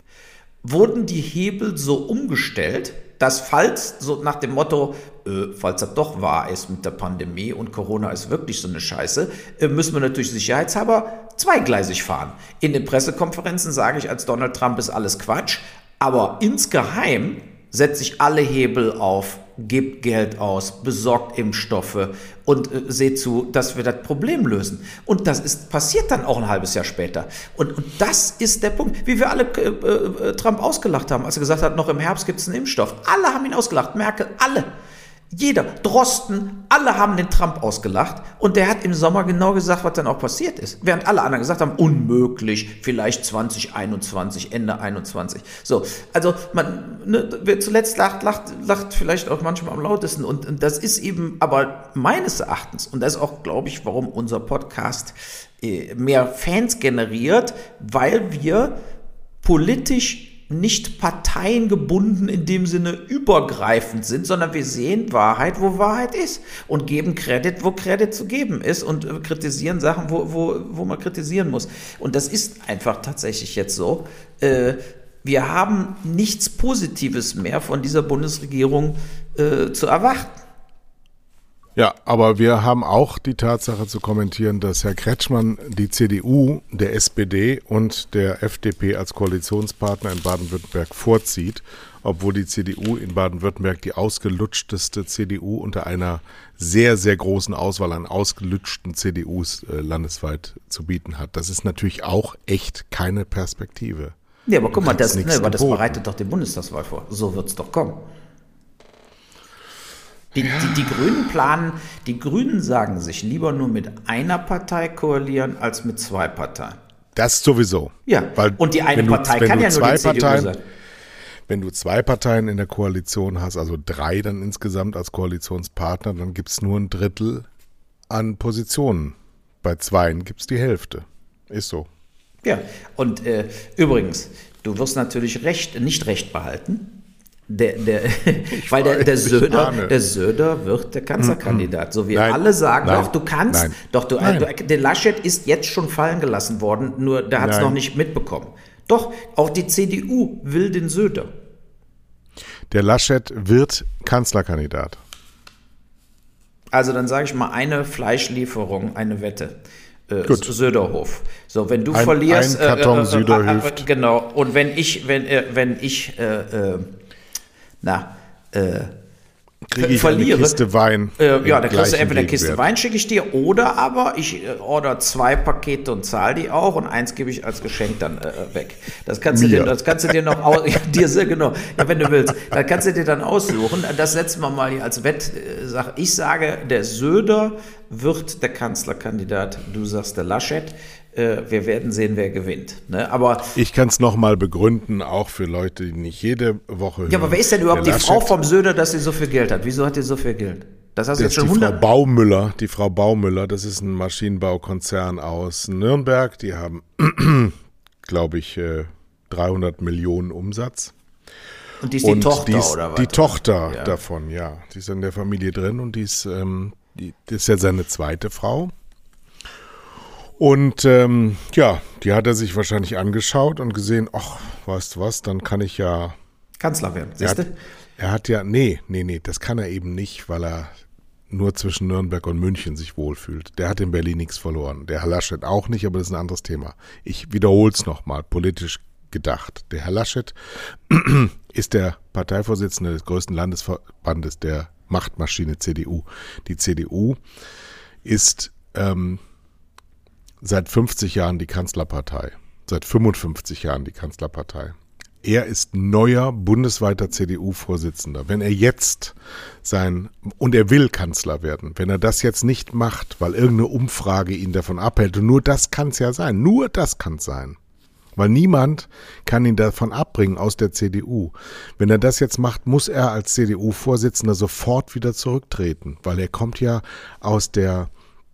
wurden die Hebel so umgestellt, dass falls, so nach dem Motto, äh, falls das doch wahr ist mit der Pandemie und Corona ist wirklich so eine Scheiße, äh, müssen wir natürlich sicherheitshalber zweigleisig fahren. In den Pressekonferenzen sage ich als Donald Trump, ist alles Quatsch, aber insgeheim setze ich alle Hebel auf, gebt Geld aus, besorgt Impfstoffe und äh, seht zu, dass wir das Problem lösen. Und das ist passiert dann auch ein halbes Jahr später. Und, und das ist der Punkt, wie wir alle äh, äh, Trump ausgelacht haben, als er gesagt hat, noch im Herbst gibt es einen Impfstoff. Alle haben ihn ausgelacht, Merkel, alle. Jeder, Drosten, alle haben den Trump ausgelacht und der hat im Sommer genau gesagt, was dann auch passiert ist. Während alle anderen gesagt haben, unmöglich, vielleicht zwanzig einundzwanzig, Ende einundzwanzig. So, also man, ne, wer zuletzt lacht, lacht, lacht vielleicht auch manchmal am lautesten und, und das ist eben aber meines Erachtens, und das ist auch, glaube ich, warum unser Podcast äh, mehr Fans generiert, weil wir politisch nicht parteiengebunden in dem Sinne übergreifend sind, sondern wir sehen Wahrheit, wo Wahrheit ist und geben Credit, wo Credit zu geben ist und äh, kritisieren Sachen, wo, wo, wo man kritisieren muss. Und das ist einfach tatsächlich jetzt so. Äh, wir haben nichts Positives mehr von dieser Bundesregierung äh, zu erwarten. Ja, aber wir haben auch die Tatsache zu kommentieren, dass Herr Kretschmann die C D U, der S P D und der F D P als Koalitionspartner in Baden-Württemberg vorzieht, obwohl die C D U in Baden-Württemberg die ausgelutschteste C D U unter einer sehr, sehr großen Auswahl an ausgelutschten C D Us äh, landesweit zu bieten hat. Das ist natürlich auch echt keine Perspektive. Ja, aber guck mal, das, ne, aber das bereitet doch die Bundestagswahl vor. So wird's doch kommen. Die, ja. die, die Grünen planen, die Grünen sagen sich, lieber nur mit einer Partei koalieren, als mit zwei Parteien. Das sowieso. Ja, weil und die eine Partei du, kann ja nur die C D U Parteien, sein. Wenn du zwei Parteien in der Koalition hast, also drei dann insgesamt als Koalitionspartner, dann gibt es nur ein Drittel an Positionen. Bei zweien gibt es die Hälfte. Ist so. Ja, und äh, übrigens, du wirst natürlich recht, nicht recht behalten. Der, der, weil der, der, Söder, der Söder wird der Kanzlerkandidat. So wie nein, alle sagen, nein, doch, du kannst, nein, doch, du, du, der Laschet ist jetzt schon fallen gelassen worden, nur der hat es noch nicht mitbekommen. Doch, auch die C D U will den Söder. Der Laschet wird Kanzlerkandidat. Also dann sage ich mal eine Fleischlieferung, eine Wette. Äh, Söderhof. So, wenn du ein, verlierst, ein Karton äh, äh, Söderhöft. Äh, äh, genau. Und wenn ich, wenn, äh, wenn ich, äh, äh, na, äh, kriege ich verliere, eine Kiste Wein. Äh, ja, dann kriegst du entweder eine Kiste Wein, schicke ich dir, oder aber ich äh, order zwei Pakete und zahle die auch und eins gebe ich als Geschenk dann äh, weg. Das kannst du dir, das kannst du dir noch aus, ja, dir sehr genau, ja, wenn du willst, dann kannst du dir dann aussuchen. Das setzen wir mal hier als Wettsache. Ich sage, der Söder wird der Kanzlerkandidat. Du sagst der Laschet. Wir werden sehen, wer gewinnt. Ne? Aber ich kann es nochmal begründen, auch für Leute, die nicht jede Woche hören. Ja, aber wer ist denn überhaupt die Frau vom Söder, dass sie so viel Geld hat? Wieso hat die so viel Geld? Das hast du jetzt schon die Frau Baumüller, die Frau Baumüller, das ist ein Maschinenbaukonzern aus Nürnberg. Die haben, glaube ich, dreihundert Millionen Umsatz. Und die ist die und Tochter, die ist, oder was? Die Tochter ja. davon, ja. Die ist in der Familie drin und die ist, ähm, die, das ist ja seine zweite Frau. Und ähm, ja, die hat er sich wahrscheinlich angeschaut und gesehen, ach, weißt du was, dann kann ich ja Kanzler werden, siehst du? Er hat ja, nee, nee, nee, das kann er eben nicht, weil er nur zwischen Nürnberg und München sich wohlfühlt. Der hat in Berlin nichts verloren. Der Herr Laschet auch nicht, aber das ist ein anderes Thema. Ich wiederhole es nochmal, politisch gedacht. Der Herr Laschet ist der Parteivorsitzende des größten Landesverbandes der Machtmaschine C D U. Die C D U ist ähm, seit fünfzig Jahren die Kanzlerpartei, seit fünfundfünfzig Jahren die Kanzlerpartei. Er ist neuer bundesweiter C D U-Vorsitzender. Wenn er jetzt sein, und er will Kanzler werden, wenn er das jetzt nicht macht, weil irgendeine Umfrage ihn davon abhält, und nur das kann es ja sein, nur das kann es sein, weil niemand kann ihn davon abbringen aus der C D U. Wenn er das jetzt macht, muss er als C D U-Vorsitzender sofort wieder zurücktreten, weil er kommt ja aus der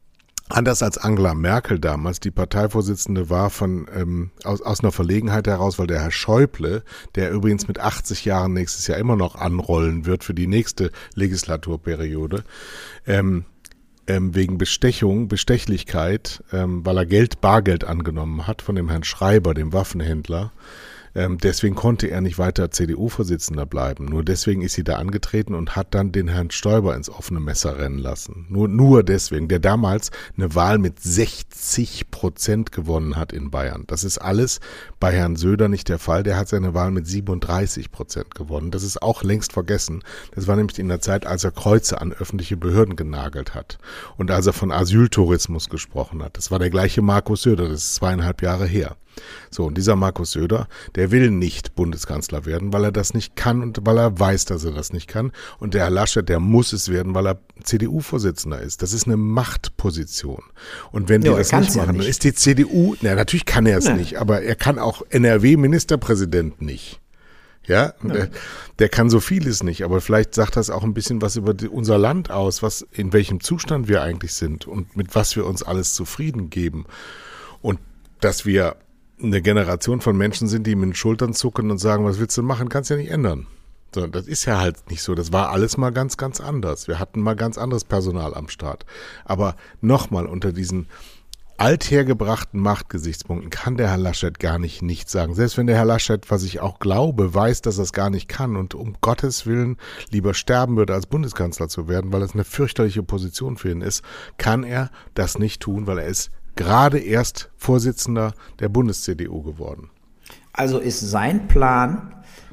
Anders als Angela Merkel damals, die Parteivorsitzende war von ähm, aus, aus einer Verlegenheit heraus, weil der Herr Schäuble, der übrigens mit achtzig Jahren nächstes Jahr immer noch anrollen wird für die nächste Legislaturperiode, ähm, ähm, wegen Bestechung, Bestechlichkeit, ähm, weil er Geld, Bargeld angenommen hat von dem Herrn Schreiber, dem Waffenhändler. Ähm, deswegen konnte er nicht weiter C D U-Vorsitzender bleiben. Nur deswegen ist sie da angetreten und hat dann den Herrn Stoiber ins offene Messer rennen lassen. Nur, nur deswegen, der damals eine Wahl mit sechzig Prozent gewonnen hat in Bayern. Das ist alles bei Herrn Söder nicht der Fall. Der hat seine Wahl mit siebenunddreißig Prozent gewonnen. Das ist auch längst vergessen. Das war nämlich in der Zeit, als er Kreuze an öffentliche Behörden genagelt hat und als er von Asyltourismus gesprochen hat. Das war der gleiche Markus Söder. Das ist zweieinhalb Jahre her. So, und dieser Markus Söder, der will nicht Bundeskanzler werden, weil er das nicht kann und weil er weiß, dass er das nicht kann. Und der Herr Laschet, der muss es werden, weil er C D U-Vorsitzender ist. Das ist eine Machtposition. Und wenn die ja, das nicht machen, ja nicht. Dann ist die C D U, na natürlich kann er es ja. nicht, aber er kann auch N R W-Ministerpräsident nicht. Ja, ja. Der, der kann so vieles nicht, aber vielleicht sagt das auch ein bisschen was über die, unser Land aus, was, in welchem Zustand wir eigentlich sind und mit was wir uns alles zufrieden geben. Und dass wir eine Generation von Menschen sind, die mit den Schultern zucken und sagen, was willst du machen, kannst ja nicht ändern. So, das ist ja halt nicht so. Das war alles mal ganz, ganz anders. Wir hatten mal ganz anderes Personal am Start. Aber nochmal, unter diesen althergebrachten Machtgesichtspunkten kann der Herr Laschet gar nicht nichts sagen. Selbst wenn der Herr Laschet, was ich auch glaube, weiß, dass er es gar nicht kann und um Gottes Willen lieber sterben würde, als Bundeskanzler zu werden, weil es eine fürchterliche Position für ihn ist, kann er das nicht tun, weil er ist gerade erst Vorsitzender der Bundes-C D U geworden. Also ist sein Plan,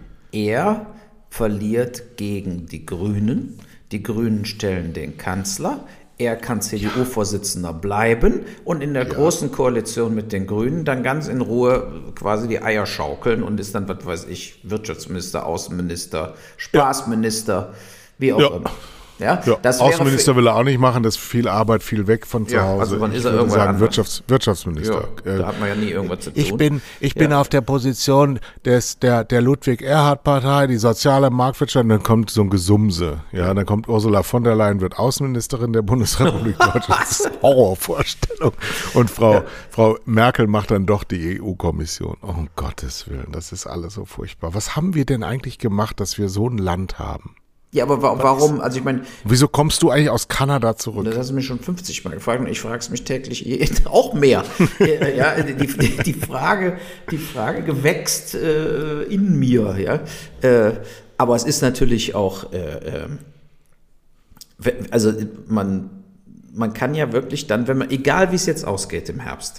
er verliert gegen die Grünen, die Grünen stellen den Kanzler, er kann C D U-Vorsitzender bleiben und in der ja. großen Koalition mit den Grünen dann ganz in Ruhe quasi die Eier schaukeln und ist dann, was weiß ich, Wirtschaftsminister, Außenminister, Spaßminister, ja. wie auch ja. immer. Ja, ja, das Außenminister für, will er auch nicht machen, das ist viel Arbeit, viel weg von zu ja, Hause. Also wann ist ich er würde irgendwann sagen Wirtschafts-, Wirtschaftsminister. Ja, da hat man ja nie irgendwas zu tun. Ich bin, ich bin ja. auf der Position des, der, der Ludwig-Erhard-Partei, die soziale Marktwirtschaft, und dann kommt so ein Gesumse. Ja, dann kommt Ursula von der Leyen, wird Außenministerin der Bundesrepublik Deutschland. Das ist eine Horrorvorstellung. Und Frau, ja. Frau Merkel macht dann doch die E U-Kommission. Oh, um Gottes Willen, das ist alles so furchtbar. Was haben wir denn eigentlich gemacht, dass wir so ein Land haben? Ja, aber wa- warum? Also ich meine, wieso kommst du eigentlich aus Kanada zurück? Das hast du mich schon fünfzig Mal gefragt und ich frage es mich täglich auch mehr. ja, die, die, die Frage, die Frage gewächst äh, in mir. Ja, äh, aber es ist natürlich auch, äh, äh, also man, man kann ja wirklich dann, wenn man, egal wie es jetzt ausgeht im Herbst,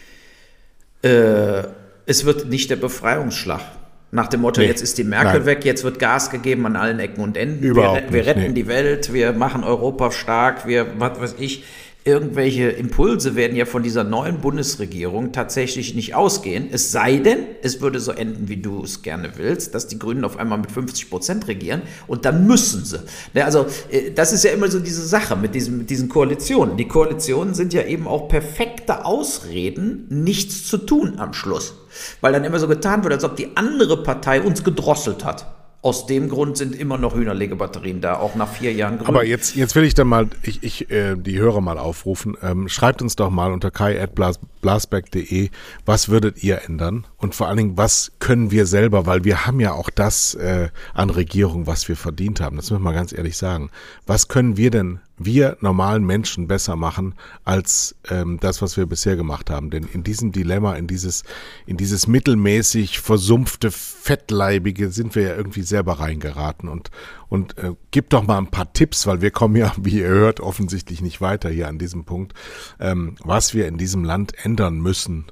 äh, es wird nicht der Befreiungsschlag. Nach dem Motto, nee, jetzt ist die Merkel nein. weg, jetzt wird Gas gegeben an allen Ecken und Enden. Überhaupt wir, wir retten nicht, nee. die Welt, wir machen Europa stark, wir, was weiß ich. Irgendwelche Impulse werden ja von dieser neuen Bundesregierung tatsächlich nicht ausgehen. Es sei denn, es würde so enden, wie du es gerne willst, dass die Grünen auf einmal mit fünfzig Prozent regieren und dann müssen sie. Also das ist ja immer so diese Sache mit, diesem, mit diesen Koalitionen. Die Koalitionen sind ja eben auch perfekte Ausreden, nichts zu tun am Schluss. Weil dann immer so getan wird, als ob die andere Partei uns gedrosselt hat. Aus dem Grund sind immer noch Hühnerlegebatterien da, auch nach vier Jahren Grün. Aber jetzt, jetzt will ich dann mal, ich, ich äh, die Hörer mal aufrufen. Ähm, schreibt uns doch mal unter kai at blasberg punkt de, was würdet ihr ändern? Und vor allen Dingen, was können wir selber, weil wir haben ja auch das äh, an Regierung, was wir verdient haben. Das müssen wir mal ganz ehrlich sagen. Was können wir denn, wir normalen Menschen, besser machen als ähm, das, was wir bisher gemacht haben? Denn in diesem Dilemma, in dieses, in dieses mittelmäßig versumpfte, fettleibige sind wir ja irgendwie selber reingeraten. Und, und äh, gib doch mal ein paar Tipps, weil wir kommen ja, wie ihr hört, offensichtlich nicht weiter hier an diesem Punkt, ähm, was wir in diesem Land ändern müssen.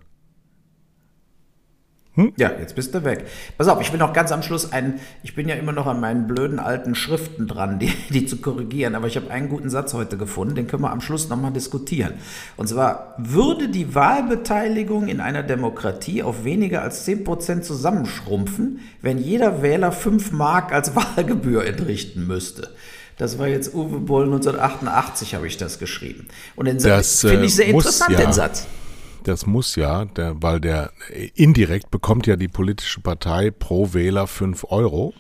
Hm? Ja, jetzt bist du weg. Pass auf, ich will noch ganz am Schluss einen, ich bin ja immer noch an meinen blöden alten Schriften dran, die, die zu korrigieren, aber ich habe einen guten Satz heute gefunden, den können wir am Schluss nochmal diskutieren. Und zwar, würde die Wahlbeteiligung in einer Demokratie auf weniger als zehn Prozent zusammenschrumpfen, wenn jeder Wähler fünf Mark als Wahlgebühr entrichten müsste? Das war jetzt Uwe Boll neunzehnhundertachtundachtzig, habe ich das geschrieben. Und den Satz finde ich sehr muss, interessant, ja. den Satz. Das muss ja, der, weil der indirekt bekommt ja die politische Partei pro Wähler fünf Euro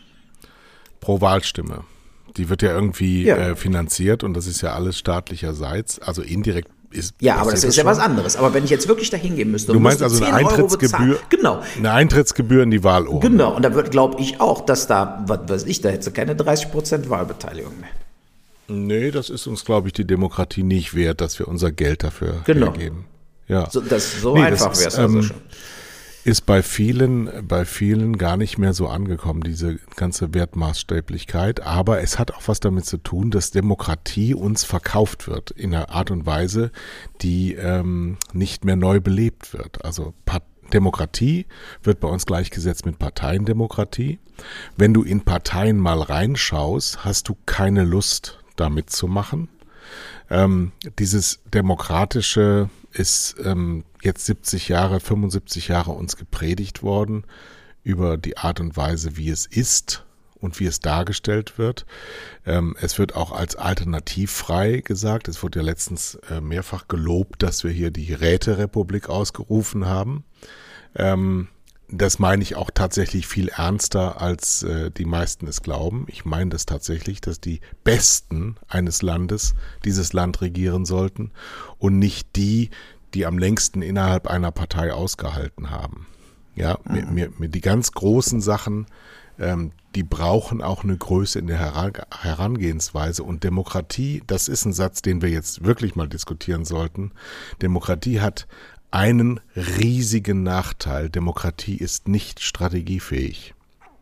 pro Wahlstimme. Die wird ja irgendwie ja. Äh, finanziert und das ist ja alles staatlicherseits, also indirekt ist. Ja, aber das ist ja was anderes. Aber wenn ich jetzt wirklich dahin gehen müsste, du meinst also eine Eintrittsgebühr, genau, eine Eintrittsgebühr in die Wahlurne. Genau, und da wird, glaube ich auch, dass da, was weiß ich, da hätte sie keine dreißig Prozent Wahlbeteiligung mehr. Nee, das ist uns, glaube ich, die Demokratie nicht wert, dass wir unser Geld dafür genau. hergeben. Ja. So, das, so nee, einfach wäre es ähm, also schon. Ist bei vielen, bei vielen gar nicht mehr so angekommen, diese ganze Wertmaßstäblichkeit. Aber es hat auch was damit zu tun, dass Demokratie uns verkauft wird in einer Art und Weise, die ähm, nicht mehr neu belebt wird. Also Part- Demokratie wird bei uns gleichgesetzt mit Parteiendemokratie. Wenn du in Parteien mal reinschaust, hast du keine Lust, da mitzumachen. Ähm, dieses Demokratische ist ähm, jetzt siebzig Jahre, fünfundsiebzig Jahre uns gepredigt worden über die Art und Weise, wie es ist und wie es dargestellt wird. Ähm, es wird auch als alternativfrei gesagt. Es wurde ja letztens äh, mehrfach gelobt, dass wir hier die Räterepublik ausgerufen haben. Ähm, Das meine ich auch tatsächlich viel ernster, als äh, die meisten es glauben. Ich meine das tatsächlich, dass die Besten eines Landes dieses Land regieren sollten und nicht die, die am längsten innerhalb einer Partei ausgehalten haben. Ja, mhm. mir, mir, mir die ganz großen Sachen, ähm, die brauchen auch eine Größe in der Heran- Herangehensweise. Und Demokratie, das ist ein Satz, den wir jetzt wirklich mal diskutieren sollten. Demokratie hat einen riesigen Nachteil. Demokratie ist nicht strategiefähig.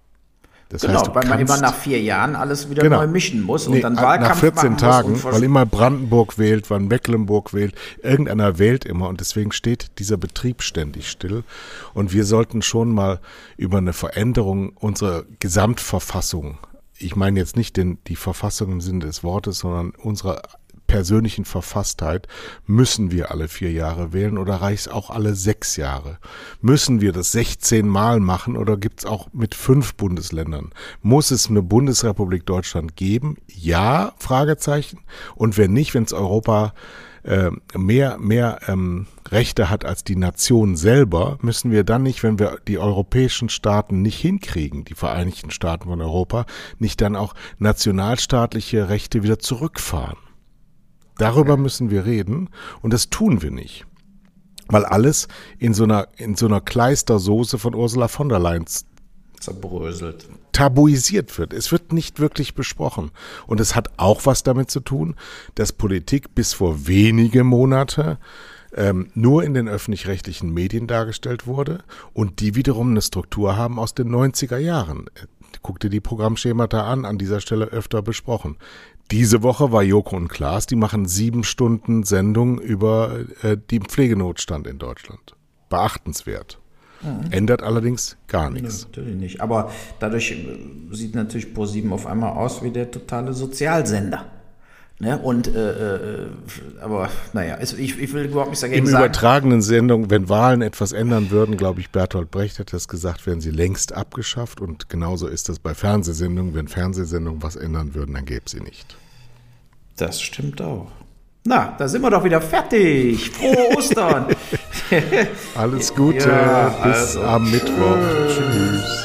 Das genau, heißt, du weil man kannst, immer nach vier Jahren alles wieder genau, neu mischen muss und nee, dann Wahlkampf nach vierzehn machen Tagen, muss. weil immer Brandenburg wählt, weil Mecklenburg wählt, irgendeiner wählt immer und deswegen steht dieser Betrieb ständig still. Und wir sollten schon mal über eine Veränderung unserer Gesamtverfassung, ich meine jetzt nicht den, die Verfassung im Sinne des Wortes, sondern unserer persönlichen Verfasstheit, müssen wir alle vier Jahre wählen oder reicht es auch alle sechs Jahre? Müssen wir das sechzehn Mal machen oder gibt es auch mit fünf Bundesländern? Muss es eine Bundesrepublik Deutschland geben? Ja, Fragezeichen. Und wenn nicht, wenn es Europa äh, mehr, mehr ähm, Rechte hat als die Nation selber, müssen wir dann nicht, wenn wir die europäischen Staaten nicht hinkriegen, die Vereinigten Staaten von Europa, nicht dann auch nationalstaatliche Rechte wieder zurückfahren? Darüber müssen wir reden und das tun wir nicht, weil alles in so einer in so einer Kleistersoße von Ursula von der Leyen zerbröselt, tabuisiert wird. Es wird nicht wirklich besprochen und es hat auch was damit zu tun, dass Politik bis vor wenige Monate ähm, nur in den öffentlich-rechtlichen Medien dargestellt wurde und die wiederum eine Struktur haben aus den neunziger Jahren. Guck dir die Programmschemata an, an dieser Stelle öfter besprochen. Diese Woche war Joko und Klaas, die machen sieben Stunden Sendung über äh, den Pflegenotstand in Deutschland. Beachtenswert. Mhm. Ändert allerdings gar nichts. Nee, natürlich nicht. Aber dadurch sieht natürlich ProSieben auf einmal aus wie der totale Sozialsender. Ne? Und, äh, äh, aber naja, ich, ich will überhaupt nichts dagegen Im sagen. Im übertragenen Sendung, wenn Wahlen etwas ändern würden, glaube ich, Bertolt Brecht hat das gesagt, wären sie längst abgeschafft. Und genauso ist das bei Fernsehsendungen. Wenn Fernsehsendungen was ändern würden, dann gäbe es sie nicht. Das stimmt auch. Na, da sind wir doch wieder fertig. Frohe Ostern. Alles Gute. Ja, bis also. am Mittwoch. Tschüss.